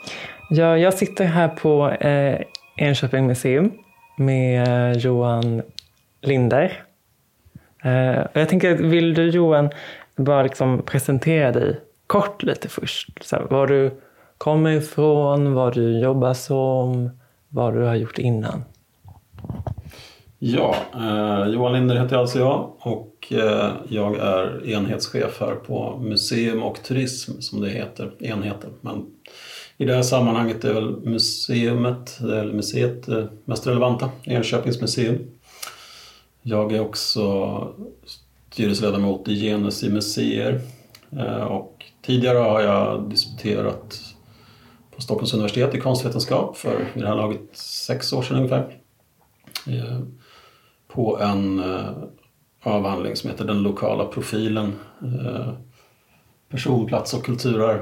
Ja, jag sitter här på Enköping museum med Johan Linder. Jag tänker, vill du Johan bara liksom presentera dig kort lite först? Så här, var du kommer ifrån, vad du jobbar som, vad du har gjort innan. Ja, Johan Linder heter alltså jag och jag är enhetschef här på museum och turism som det heter, enheter. Men i det här sammanhanget är väl museet mest relevanta, Enköpings museum. Jag är också styrelseledamot i Genus i museer och tidigare har jag disputerat på Stockholms universitet i konstvetenskap för i det här laget 6 år sedan ungefär. På en avhandling som heter Den lokala profilen, person, plats och kulturer,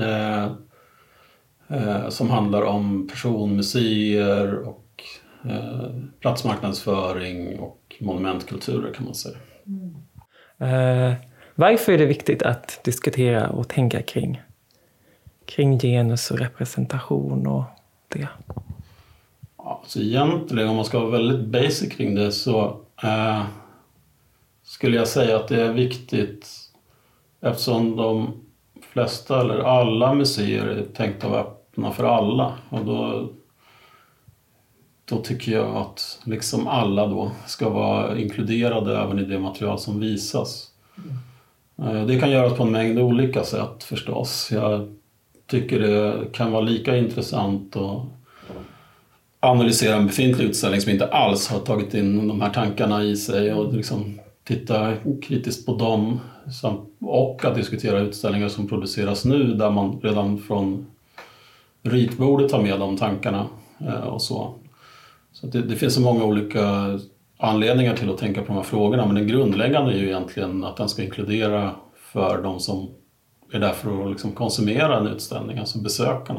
som handlar om personmuseer och platsmarknadsföring och monumentkulturer kan man säga. Varför är det viktigt att diskutera och tänka kring genus och representation och det? Så egentligen om man ska vara väldigt basic kring det så skulle jag säga att det är viktigt eftersom de flesta eller alla museer är tänkta att vara öppna för alla. Och då tycker jag att liksom alla då ska vara inkluderade även i det material som visas. Det kan göras på en mängd olika sätt förstås. Jag tycker det kan vara lika intressant att analysera en befintlig utställning som inte alls har tagit in de här tankarna i sig och liksom titta kritiskt på dem och att diskutera utställningar som produceras nu där man redan från ritbordet tar med de tankarna och så. Så det finns så många olika anledningar till att tänka på de här frågorna men den grundläggande är ju egentligen att den ska inkludera för de som är där för att liksom konsumera en utställning, alltså besökarna.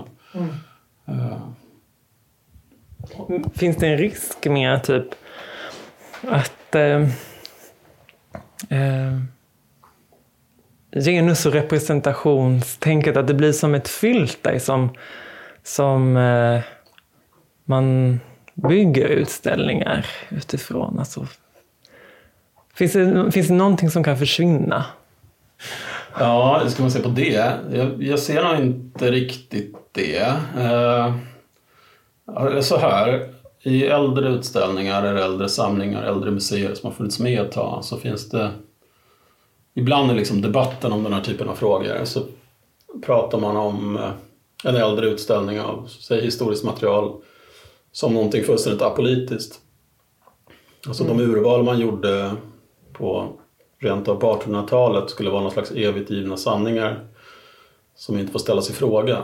Finns det en risk med typ att genus- och representationstänket att det blir som ett filter som man bygger utställningar utifrån? Alltså, finns det någonting som kan försvinna? Ja, ska man se på det? Jag ser nog inte riktigt det. Så här, i äldre utställningar eller äldre samlingar, äldre museer som har funnits med ett tag så finns det ibland i liksom debatten om den här typen av frågor så pratar man om en äldre utställning av säg, historiskt material som någonting fullständigt apolitiskt. Alltså de urval man gjorde på rent av på 1800-talet skulle vara någon slags evigt givna sanningar som inte får ställas i fråga.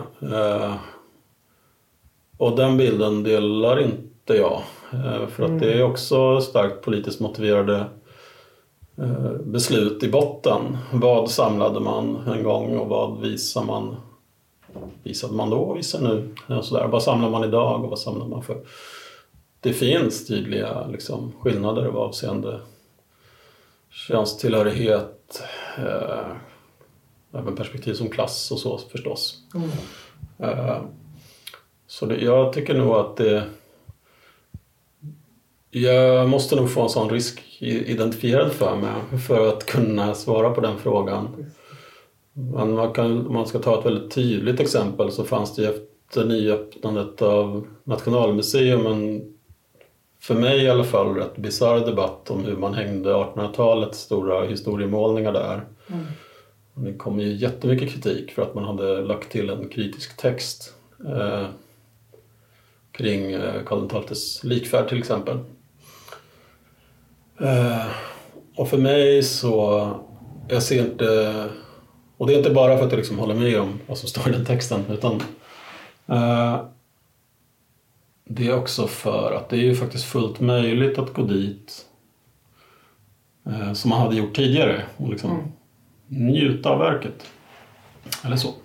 Och den bilden delar inte jag. För att det är också starkt politiskt motiverade beslut i botten. Vad samlade man en gång och vad visade man då och visar nu? Och så där. Vad samlar man idag och vad samlar man för? Det finns tydliga liksom, skillnader avseende könstillhörighet, även perspektiv som klass och så förstås. Så jag tycker nog att jag måste nog få en sån risk identifierad för mig för att kunna svara på den frågan. Men man ska ta ett väldigt tydligt exempel så fanns det efter nyöppnandet av Nationalmuseum för mig i alla fall rätt bizarr debatt om hur man hängde 1800-talets stora historiemålningar där. Det kom ju jättemycket kritik för att man hade lagt till en kritisk text kring Karl XII:s likfärd till exempel. Och för mig så jag ser inte, och det är inte bara för att jag liksom håller med om vad som står i den texten utan det är också för att det är ju faktiskt fullt möjligt att gå dit som man hade gjort tidigare och liksom njuta av verket eller så.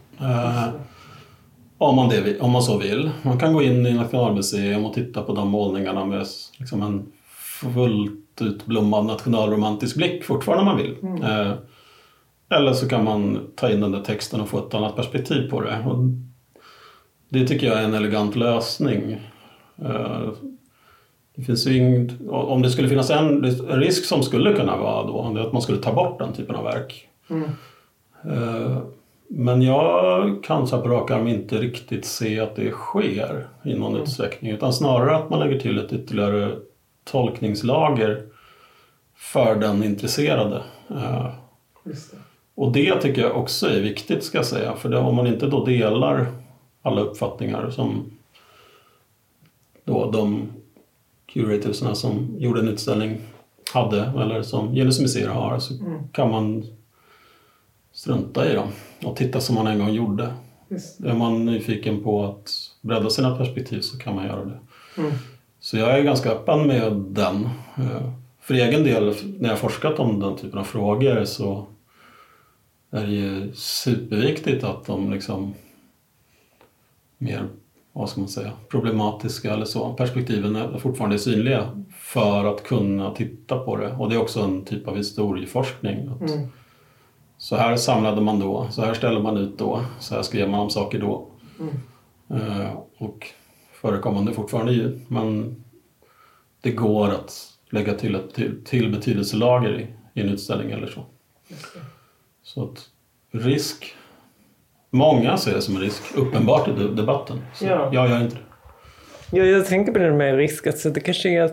Om man så vill. Man kan gå in i Nationalmuseum och titta på de målningarna med liksom en fullt utblommad nationalromantisk blick fortfarande om man vill. Eller så kan man ta in den där texten och få ett annat perspektiv på det. Och Det tycker jag är en elegant lösning. Det finns ju om det skulle finnas en risk som skulle kunna vara då, det är att man skulle ta bort den typen av verk. Men jag kan så här på rak arm inte riktigt se att det sker i någon utsträckning, utan snarare att man lägger till ett ytterligare tolkningslager för den intresserade. Just det. Och det tycker jag också är viktigt, ska jag säga, för om man inte då delar alla uppfattningar som då de curatorsna som gjorde en utställning hade, eller som Genus museer har, så kan man strunta i dem och titta som man en gång gjorde. Är man nyfiken på att bredda sina perspektiv så kan man göra det. Så jag är ganska öppen med den. För egen del, när jag forskat om den typen av frågor, så är det ju superviktigt att de liksom mer, vad ska man säga, problematiska eller så, perspektiven är fortfarande synliga för att kunna titta på det. Och det är också en typ av historieforskning. Att så här samlade man då, så här ställde man ut då, så här skrev man om saker då. Och förekommande fortfarande ju, men det går att lägga till ett till betydelselager i en utställning eller så. Så att risk, många ser det som en risk, uppenbart i debatten. Så jag gör inte det. Ja, jag tänker på det med risk, alltså det kanske är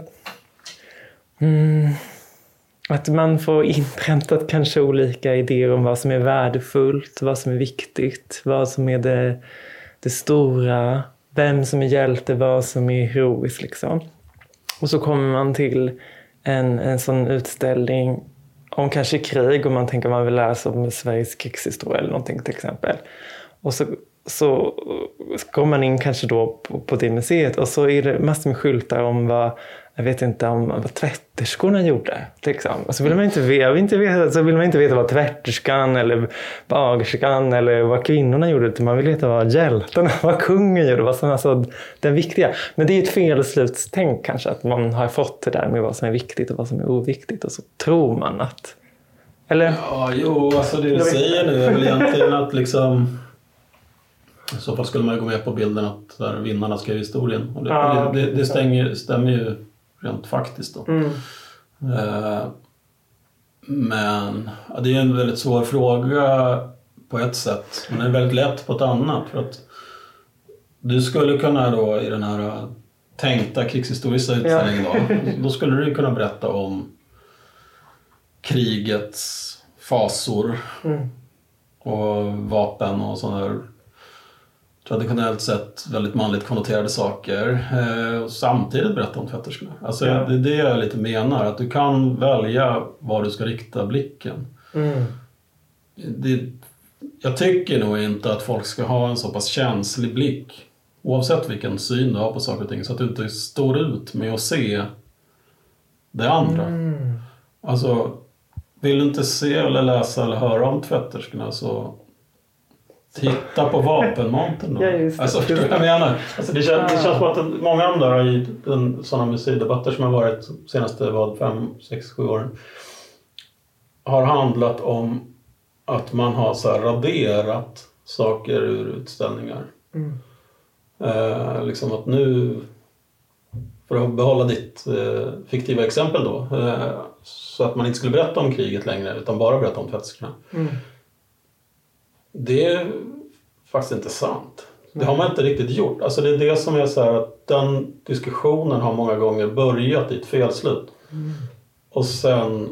att man får inpräntat kanske olika idéer om vad som är värdefullt, vad som är viktigt, vad som är det stora, vem som är hjälte, vad som är heroiskt liksom. Och så kommer man till en sån utställning om kanske krig, och man tänker man vill läsa om Sveriges krigshistoria eller någonting till exempel. Och så går man in kanske då på det museet, och så är det massor med skyltar om vad tvätterskorna gjorde. Liksom. Och så vill man inte veta vad tvätterskan eller bagerskan eller vad kvinnorna gjorde. Man vill veta vad hjältarna, vad kungen gjorde, vad som alltså den viktiga. Men det är ett felslutstänk kanske, att man har fått det där med vad som är viktigt och vad som är oviktigt, och så tror man att... Eller? Ja, alltså det du säger nu är väl egentligen att liksom... I så fall skulle man ju gå med på bilden att där vinnarna skrev historien. Och det stämmer ju rent faktiskt då. Men det är ju en väldigt svår fråga på ett sätt. Men det är väldigt lätt på ett annat. För att du skulle kunna då i den här tänkta krigshistoriska utställningen då skulle du kunna berätta om krigets fasor och vapen och sådana där traditionellt sett väldigt manligt konnoterade saker, och samtidigt berätta om tvätterskorna. Alltså det är det jag lite menar, att du kan välja var du ska rikta blicken. Jag tycker nog inte att folk ska ha en så pass känslig blick, oavsett vilken syn du har på saker och ting, så att du inte står ut med att se det andra. Alltså, vill du inte se eller läsa eller höra om tvätterskorna, så titta på vapenmonten då. Alltså, förstår du vad jag menar? Alltså, det känns som att många andra i sådana museidebatter som har varit de senaste 5, 6, 7 åren har handlat om att man har så här raderat saker ur utställningar. Liksom att nu, för att behålla ditt fiktiva exempel då, så att man inte skulle berätta om kriget längre utan bara berätta om tvätterskorna. Det är faktiskt inte sant. Det har man inte riktigt gjort. Alltså det är det som är så här, att den diskussionen har många gånger börjat i ett felslut. Och sen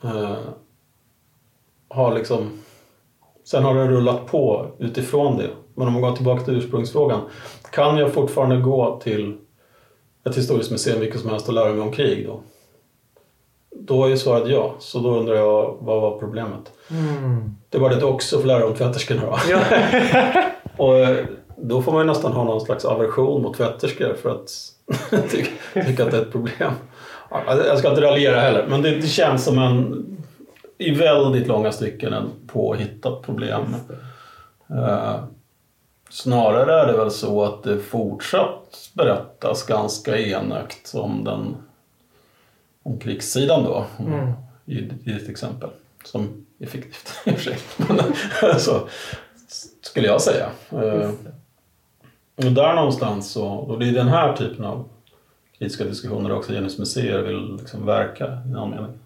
har det rullat på utifrån det. Men om man går tillbaka till ursprungsfrågan, kan jag fortfarande gå till ett historiskt museum vilket som helst och lära mig om krig då? Då är ju svaret ja. Så då undrar jag, vad var problemet? Det var det också för lära om tvätterskorna då. Och då får man ju nästan ha någon slags aversion mot tvätterskor för att tycka att det är ett problem. Jag ska inte raljera heller, men det känns som i väldigt långa stycken en påhittat problem. Snarare är det väl så att det fortsatt berättas ganska enögt om krigssidan då, i ett exempel som är fiktivt i och för sig. Så skulle jag säga. Och där någonstans så, och det är den här typen av kritiska diskussioner också genusmuseer vill liksom verka i någon mening.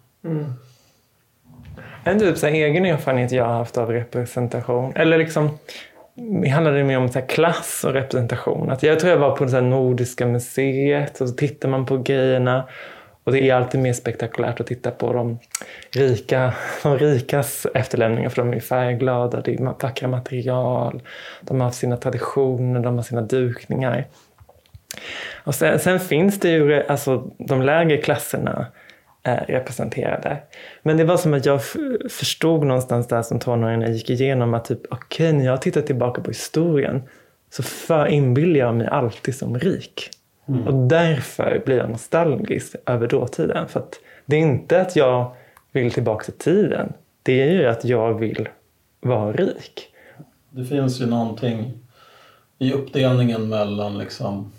En typ så här, egen erfarenhet jag har haft av representation, eller liksom det handlade mer om så här, klass och representation. Att jag tror jag var på det så här, Nordiska museet och så tittar man på grejerna och det är alltid mer spektakulärt att titta på de rikas efterlämningar, för de är färgglada, det är vackra material, de har sina traditioner, de har sina dukningar. Och sen finns det ju alltså de lägre klasserna är representerade. Men det var som att jag förstod någonstans där som tonåringen jag gick igenom att typ, okej, när jag tittar tillbaka på historien så inbillar jag mig alltid som rik. Och därför blir jag nostalgisk över dåtiden. För att det är inte att jag vill tillbaka till tiden. Det är ju att jag vill vara rik. Det finns ju någonting i uppdelningen mellan liksom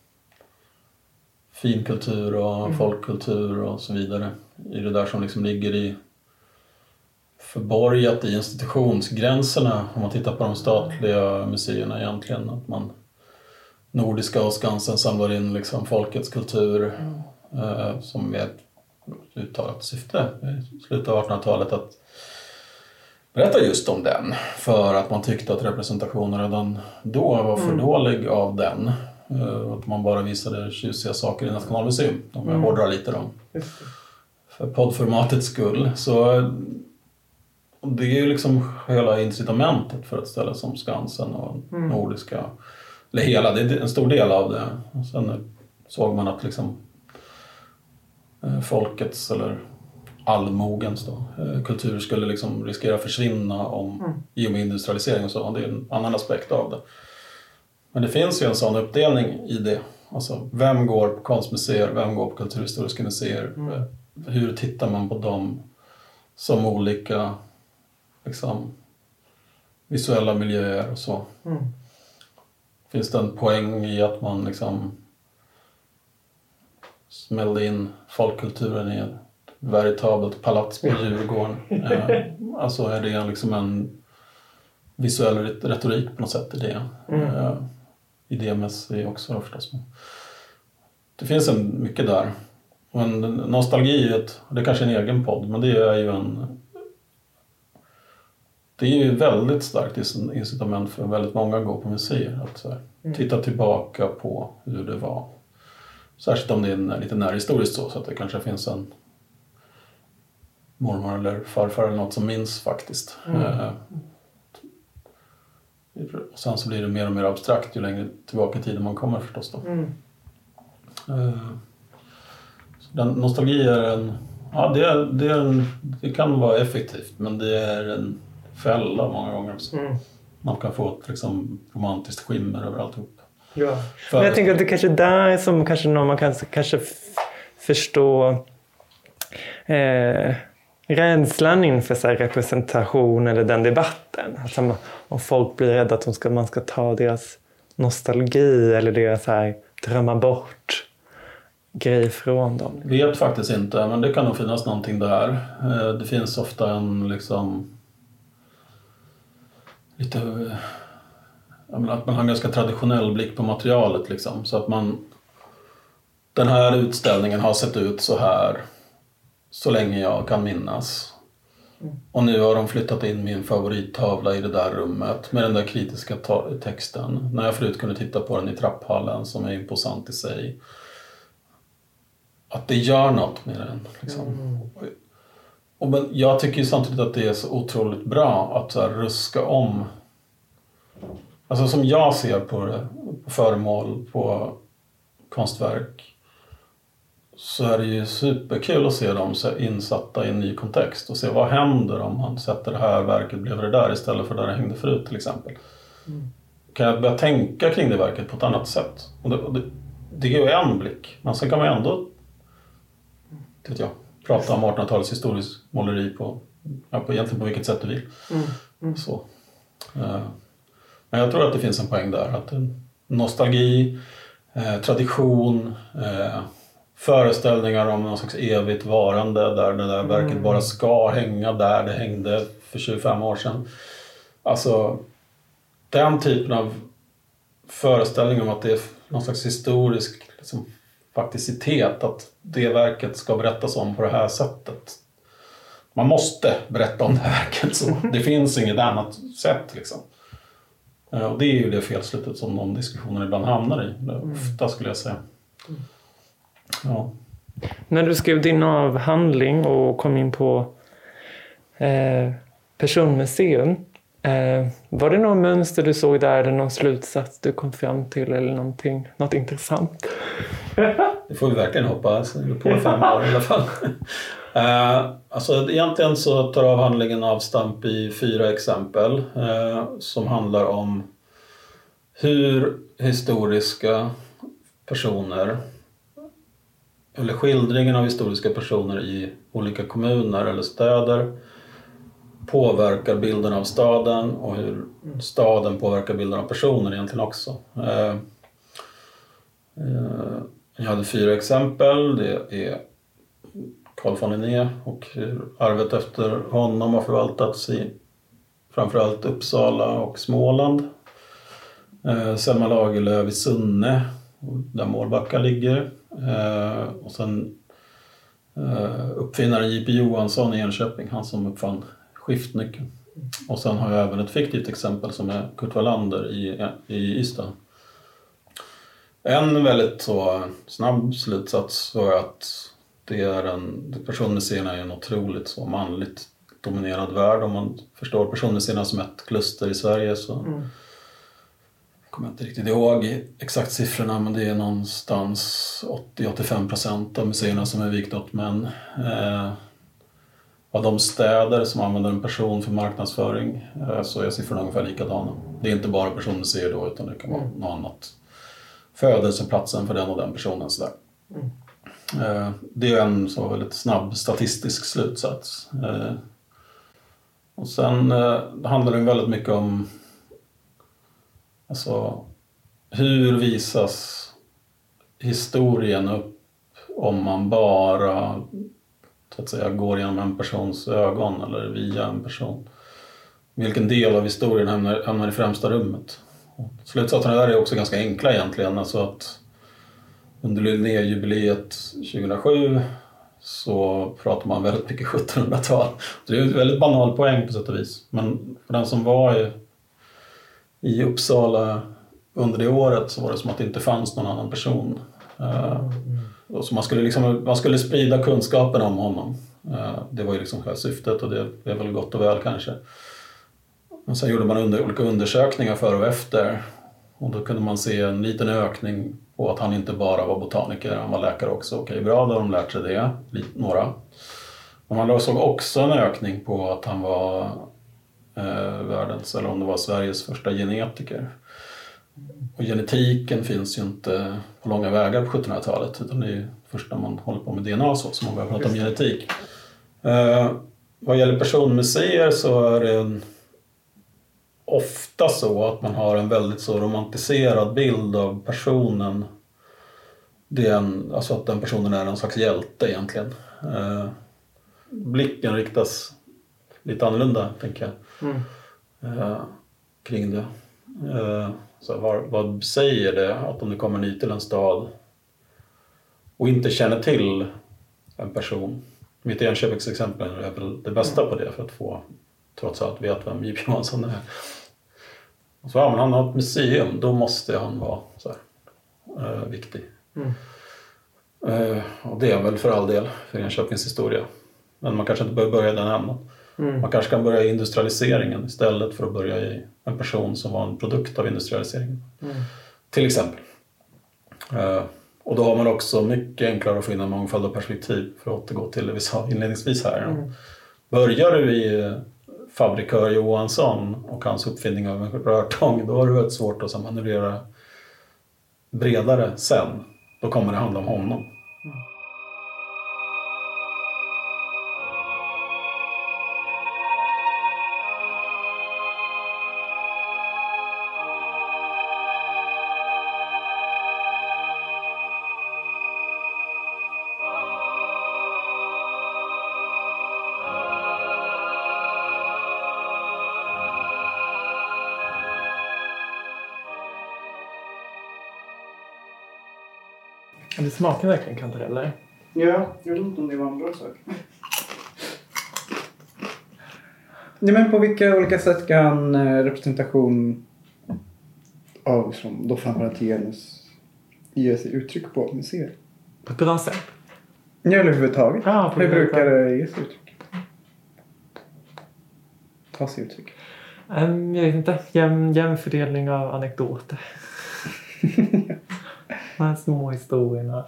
finkultur och folkkultur och så vidare. I det där som liksom ligger i förborgat i institutionsgränserna. Om man tittar på de statliga museerna egentligen. Att man Nordiska och Skansen samlar in liksom folkets kultur som med ett uttalat syfte i slutet av 1800-talet att berätta just om den. För att man tyckte att representationen redan då var för dålig av den. Att man bara visade tjusiga saker i Nationalmuseum. Om jag hårdrar lite då. För poddformatets skull. Så det är ju liksom hela incitamentet för att ställa som Skansen och Nordiska. Eller hela, det är en stor del av det. Och sen såg man att liksom folkets eller allmogens då, kultur skulle liksom riskera att försvinna i och med industrialisering och så. Det är en annan aspekt av det. Men det finns ju en sån uppdelning i det. Alltså, vem går på konstmuseer, vem går på kulturhistoriska museer? Hur tittar man på dem som olika liksom, visuella miljöer och så? Finns det en poäng i att man liksom smällde in folkkulturen i ett veritabelt palats på Djurgården? Alltså är det liksom en visuell retorik på något sätt i det? Idémässigt också förstås. Det finns mycket där. Men nostalgi, det är kanske en egen podd, men det är ju väldigt starkt incitament för väldigt många att gå på museer. Att så här, titta tillbaka på hur det var. Särskilt om det är lite närhistoriskt så att det kanske finns en mormor eller farfar eller något som minns faktiskt. Och sen så blir det mer och mer abstrakt ju längre tillbaka i tiden man kommer förstås då. Den nostalgi är det kan vara effektivt, men det är en fälla många gånger också. Man kan få ett liksom romantiskt skimmer över alltihop. Ja. Men jag tänker att det kanske är där som kanske någon man kan kanske förstå rädslan inför så här representation eller den debatten. Alltså, om folk blir rädda att man ska ta deras nostalgi eller deras här drömma bort grej från dem. Vet faktiskt inte, men det kan nog finnas någonting där. Det finns ofta en liksom lite att man har en ganska traditionell blick på materialet liksom, så att den här utställningen har sett ut så här så länge jag kan minnas. Och nu har de flyttat in min favorittavla i det där rummet med den där kritiska texten. När jag förut kunde titta på den i trapphallen som är imposant i sig. Att det gör något med den. Liksom. Men jag tycker ju samtidigt att det är så otroligt bra att så här ruska om. Alltså som jag ser på det, på föremål, på konstverk, så är det ju superkul att se dem så insatta i en ny kontext och se vad händer om man sätter det här verket bredvid det där istället för där det hängde förut till exempel. Kan jag börja tänka kring det verket på ett annat sätt? Och det är ju en blick, men sen kan man ändå prata om 1800-talets historisk måleri på egentligen på vilket sätt du vill. Så. Men jag tror att det finns en poäng där, att nostalgi, tradition, föreställningar om någon slags evigt varande där det där verket bara ska hänga där det hängde för 25 år sedan. Alltså den typen av föreställning om att det är någon slags historisk liksom, fakticitet att det verket ska berättas om på det här sättet. Man måste berätta om det här verket så. Det finns inget annat sätt liksom. Och det är ju det felslutet som de diskussionerna ibland hamnar i. Ofta skulle jag säga. Ja. När du skrev din avhandling och kom in på personmuseum, var det någon mönster du såg där eller någon slutsats du kom fram till eller något intressant? Det får vi verkligen hoppas. Det är på 5 år i alla fall. Alltså egentligen så tar avhandlingen avstamp i 4 exempel som handlar om hur historiska personer eller skildringen av historiska personer i olika kommuner eller städer påverkar bilden av staden och hur staden påverkar bilden av personer egentligen också. Jag hade 4 exempel. Det är Carl von Linné och hur arvet efter honom har förvaltats i framförallt Uppsala och Småland. Selma Lagerlöf i Sunne där Mårbacka ligger. Och sen uppfinnaren J.P. Johansson i Enköping, han som uppfann skiftnyckeln. Och sen har jag även ett fiktivt exempel som är Kurt Wallander i Ystad. En väldigt så snabb slutsats var att personmuseerna är en otroligt så manligt dominerad värld. Om man förstår personmuseerna som ett kluster i Sverige så kommer jag inte riktigt ihåg exakt siffrorna, men det är någonstans 80-85% av museerna som är vikt åt män. Av de städer som använder en person för marknadsföring så är siffrorna ungefär likadana. Det är inte bara personmuseer då, utan det kan vara något annat. Födelseplatsen för den och den personen. Sådär. Det är en så väldigt snabb statistisk slutsats. Och sen handlar det väldigt mycket om alltså, hur visas historien upp om man bara så att säga, går genom en persons ögon eller via en person. Vilken del av historien hamnar i främsta rummet. Slutsatserna där är också ganska enkla egentligen. Alltså att under Linnéjubileet 2007 så pratar man väldigt mycket 1700-tal. Det är en väldigt banal poäng på sätt och vis. Men för den som var i Uppsala under det året så var det som att det inte fanns någon annan person. Och så man skulle sprida kunskapen om honom. Det var ju liksom syftet och det är väl gott och väl kanske. Men sen gjorde man olika undersökningar före och efter. Och då kunde man se en liten ökning på att han inte bara var botaniker, han var läkare också. Okej, bra, då har de lärt sig det, några. Men man såg också en ökning på att han var världens, eller om det var Sveriges första genetiker. Och genetiken finns ju inte på långa vägar på 1700-talet, utan det är ju först när man håller på med DNA så som man börjar prata om genetik. Vad gäller personmuseer så är det ofta så att man har en väldigt så romantiserad bild av personen. Alltså att den personen är en slags hjälte egentligen. Blicken riktas lite annorlunda, tänker jag, kring det. Så vad säger det att om du kommer ny till en stad och inte känner till en person? Mitt Enköpings exempel är väl det bästa på det, för att få trots allt vet vem J.P. Johansson är. Och så men han har ett museum, då måste han vara så här, viktig. Och det är väl för all del för Enköpings historia. Men man kanske inte behöver börja i den änden. Man kanske kan börja i industrialiseringen istället för att börja i en person som var en produkt av industrialiseringen. Till exempel. Och då har man också mycket enklare att få in en mångfald av perspektiv, för att återgå till det vi sa inledningsvis här. Börjar du i fabrikör Johansson och hans uppfinning av en rörtång, då har du ett svårt att manövrera bredare sen. Då kommer det handla om honom. Det smakar verkligen kantareller. Ja, jag vet inte om det var en bra sak. Nej, men på vilka olika sätt kan representation av som då framförallt genus ge sig uttryck på museer? På ett bra sätt. Ja, eller överhuvudtaget. Ja, på hur ett brukar sätt. det ge sig uttryck? Ta sig uttryck. Jag vet inte. Jämn fördelning av anekdoter. De här små historierna.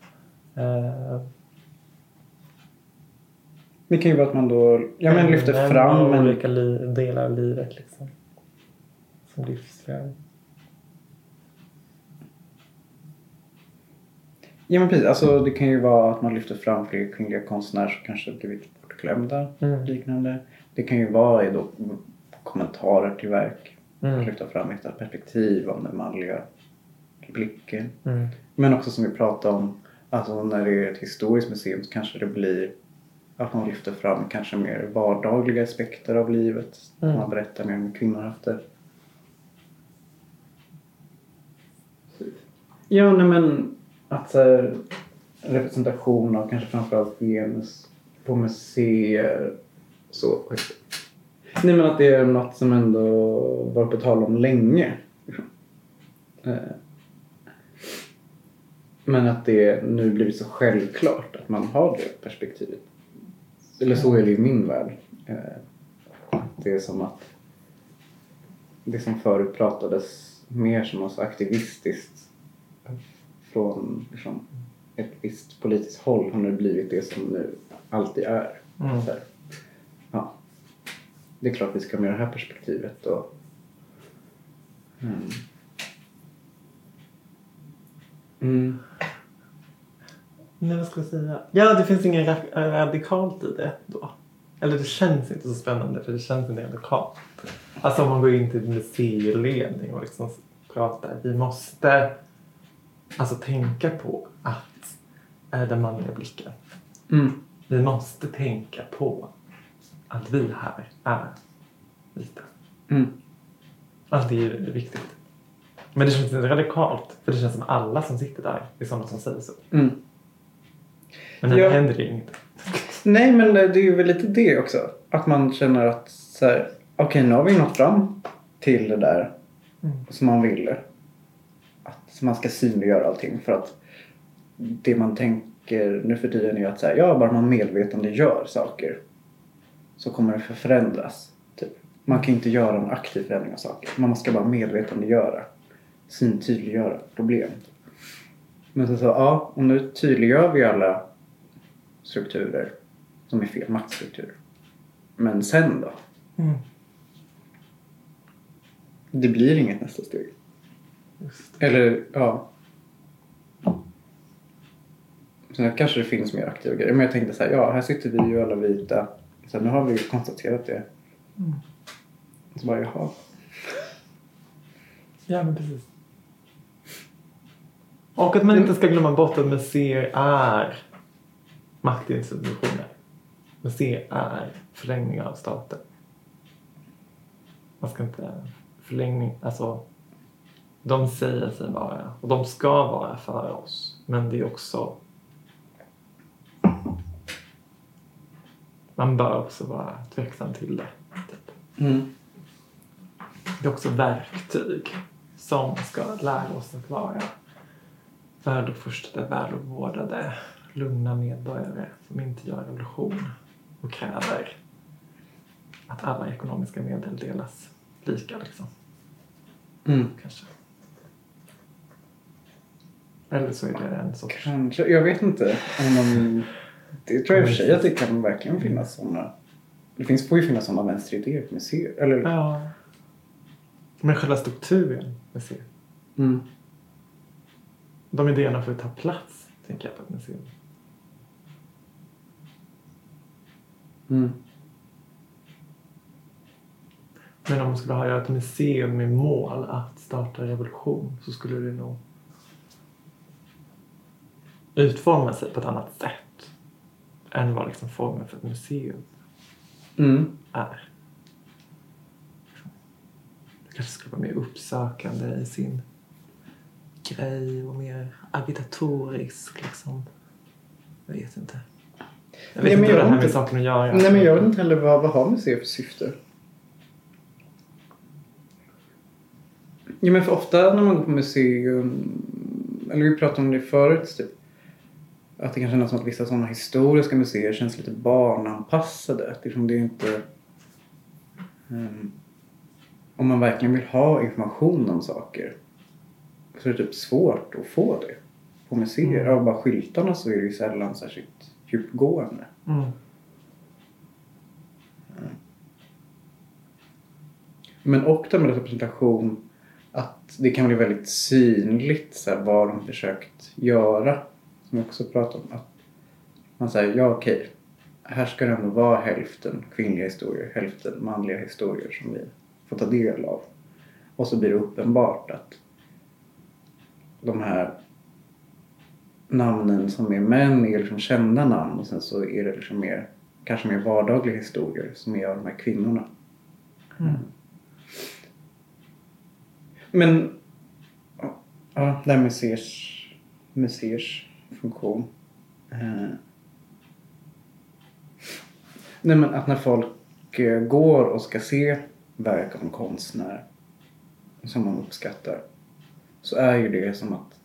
Det kan ju vara att man då lyfter fram olika delar av livet liksom. Som lyfts fram. Ja, men precis. Alltså, det kan ju vara att man lyfter fram fler kvinnliga konstnärer som kanske blivit bortglömda. Liknande. Det kan ju vara då kommentarer till verk. Lyfta fram ett perspektiv om den manliga blicken. Men också som vi pratade om, alltså när det är ett historiskt museum så kanske det blir att man lyfter fram kanske mer vardagliga aspekter av livet. Man berättar mer om kvinnor haft det. Ja, nej, men att så här, representation av kanske framförallt genus på museer så. Nej, men att det är något som ändå var på tal om länge. Men att det nu blivit så självklart att man har det perspektivet. Eller så är det i min värld. Det är som att det som förut pratades mer som något aktivistiskt från liksom, ett visst politiskt håll har nu blivit det som nu alltid är. Så här, ja. Det är klart vi ska med det här perspektivet och Nej, vad ska jag säga? Ja, det finns inget radikalt i det då. Eller det känns inte så spännande för det känns inte radikalt. Alltså om man går in till museiledning och liksom pratar. Vi måste alltså tänka på att den manliga blicken. Vi måste tänka på att vi här är vita. Att det är viktigt. Men det känns inte radikalt. För det känns som alla som sitter där är sådana som säger så. Men det händer det inte. Nej, men det är ju väl lite det också. Att man känner att så här, okej, nu har vi nått fram till det där som man ville. Att man ska synliggöra allting. För att det man tänker nu för tiden är att så här, ja, bara man medvetande gör saker så kommer det förändras. Typ. Man kan inte göra en aktiv förändring av saker. Man ska bara medvetande göra. Syntydliggöra problem. Men så ja, och nu tydliggör vi alla strukturer som är fel, maktstrukturer. Men sen då? Det blir inget nästa steg. Eller, ja. Sen kanske det finns mer aktiva grejer. Men jag tänkte så här, ja, här sitter vi ju alla vita. Så nu har vi konstaterat det. Så bara, jaha. Ja, men precis. Och att man inte ska glömma bort att museer är maktinstitutioner. Museer är förlängningar av staten. Man ska inte alltså de säger sig vara och de ska vara för oss. Men det är också man bör också vara tveksam till det. Typ. Det är också verktyg som ska lära oss att vara väluppfostrade, väluppvårdade, lugna medborgare som inte gör revolution och kräver att alla ekonomiska medel delas lika liksom. Kanske. Eller så är det en sorts... Kanske, jag vet inte. Det tror jag i och för sig att det kan verkligen finnas sådana. Det får ju finnas sådana vänsteridéer på museer. Eller... Ja. Men själva strukturen museer. De idéerna får ta plats, tänker jag, på ett museum. Men om man skulle ha ett museum med mål att starta revolution så skulle det nog utforma sig på ett annat sätt än vad liksom formen för ett museum är. Det kanske skulle vara mer uppsökande i sin grej och mer agitatorisk liksom. Jag vet inte. Jag vet inte vad det här med saken att göra. Nej, men jag vet inte heller vad har museer för syfte. Ja, men för ofta när man går på museum, eller vi pratade om det förut typ, att det kan kännas som att vissa sådana historiska museer känns lite barnanpassade. Det är inte om man verkligen vill ha information om saker så är det typ svårt att få det på museer. Av bara skyltarna så är det ju sällan särskilt djupgående. Men också med representation att det kan bli väldigt synligt så här, vad de försökt göra. Som jag också pratat om. Att man säger, ja okej. Här ska det ändå vara hälften kvinnliga historier. Hälften manliga historier som vi får ta del av. Och så blir det uppenbart att de här namnen som är män är liksom kända namn. Och sen så är det liksom mer, kanske mer vardagliga historier som är av de här kvinnorna. Men ja, det här museers funktion. Nej, men att när folk går och ska se verk av en konstnär som man uppskattar så är ju det som att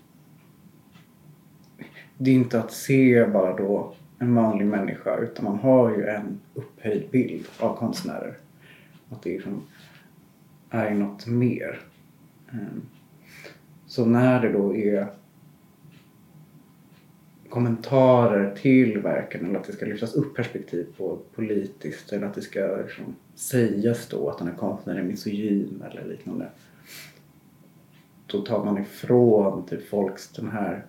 det är inte att se bara då en vanlig människa utan man har ju en upphöjd bild av konstnärer. Att det är något mer. Så när det då är kommentarer till verken eller att det ska lyftas upp perspektiv på politiskt eller att det ska liksom sägas då att den här konstnären är misogyn eller liknande, då tar man ifrån typ folks den här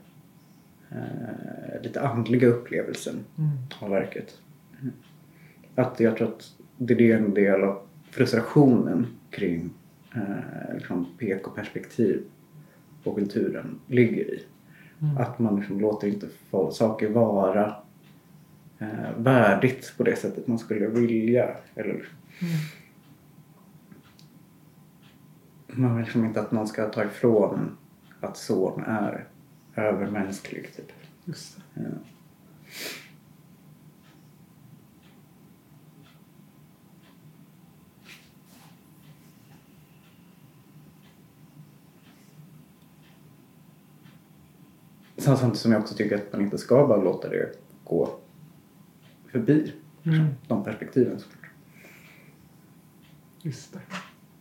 lite andliga upplevelsen av verket. Att jag tror att det är en del av frustrationen kring liksom PK-perspektiv på kulturen ligger i. Att man liksom låter inte saker vara värdigt på det sättet man skulle vilja. Eller, man vill liksom inte att någon ska ta ifrån att son är övermänsklig. Typ. Just det. Ja. Samtidigt som jag också tycker att man inte ska bara låta det gå förbi de perspektiven. Just det.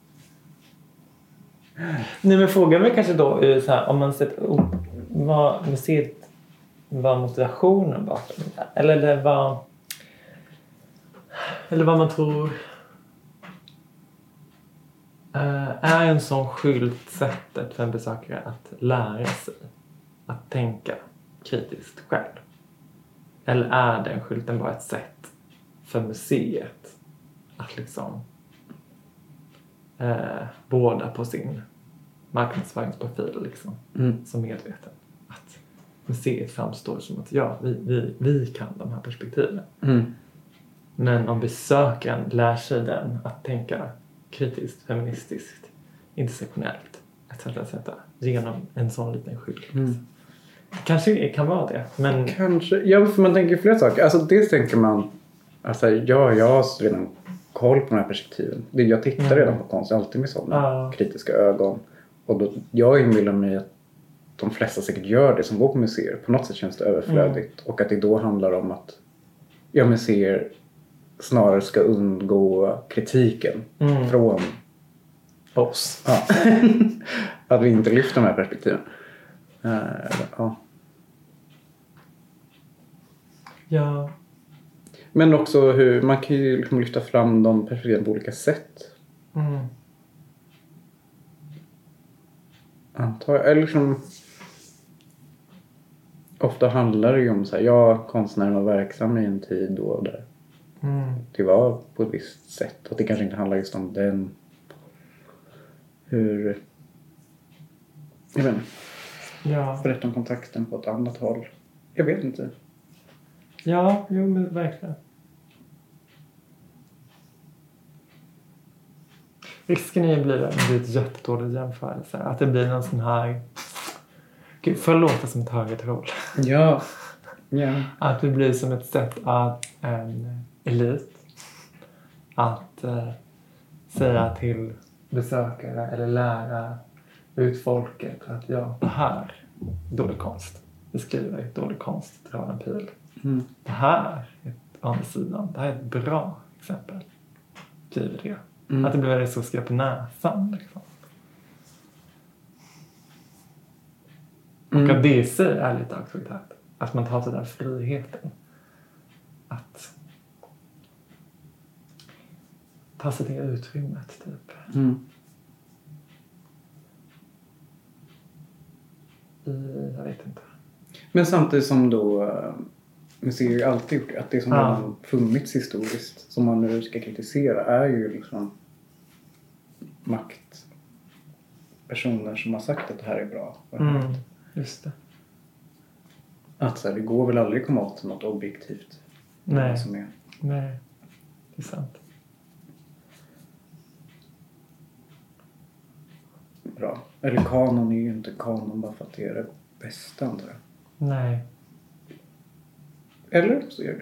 Nej, men frågan är kanske då så här, om man sätter upp vad museet var motivationen bakom det här. Eller vad man tror är en sån skylt sättet för en besökare att lära sig att tänka kritiskt själv. Eller är den skylten bara ett sätt för museet att liksom båda på sin marknadsföringsprofil liksom, som medveten. Att museet framstår som att ja, vi kan de här perspektiven. Men om besökaren lär sig den att tänka kritiskt, feministiskt, intersektionellt etc. genom en sån liten skylt. Kanske kan vara det. Men... Kanske, ja, för man tänker flera saker. Alltså dels tänker man alltså, jag har redan koll på de här perspektiven. Jag tittar redan på konst alltid med sådana kritiska ögon. Och då, jag inbillar mig att de flesta säkert gör det som går på museer. På något sätt känns det överflödigt. Och att det då handlar om att museer snarare ska undgå kritiken från oss. Ja. Att vi inte lyfter de här perspektiven. Ja. Men också hur man kan ju liksom lyfta fram de perspektiven på olika sätt. Antar jag. Eller liksom, ofta handlar det ju om så här, konstnären var verksam i en tid då och där. Det var på ett visst sätt. Och det kanske inte handlar just om den. Hur... Jag vet inte. Ja. Berätta om kontakten på ett annat håll. Jag vet inte. Ja, jo men verkligen. Risken är att det blir ett jättedåligt jämförelse. Att det blir någon sån här Gud, får jag låta som Tage Troll? Ja. Ja. Att det blir som ett sätt av en elit att säga till besökare eller lära ut folket att ja, det här är dålig konst. Beskriver ett dålig konst, dra en pil. Mm. Det här är ett andesidan. Det här är ett bra exempel. Skriver det. Mm. Att det blir väldigt så skriva på näsan. Liksom. Och att det i sig är lite auktoritärt. Att man tar sig den friheten. Att ta sig det utrymmet, typ. Mm. Jag vet inte. Men samtidigt som då museer ju alltid gjort det. Att det som har funnits historiskt, som man nu ska kritisera, är ju liksom maktpersoner som har sagt att det här är bra. Just det. Att så här, det går väl aldrig komma åt något objektivt. Nej. Som är. Nej, det är sant. Bra. Eller kanon är ju inte kanon bara för att det är det bästa, antar jag. Nej. Eller så är det.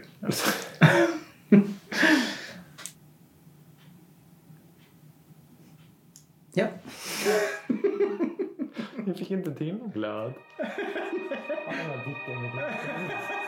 Ja. Jag fick inte till någon glöd.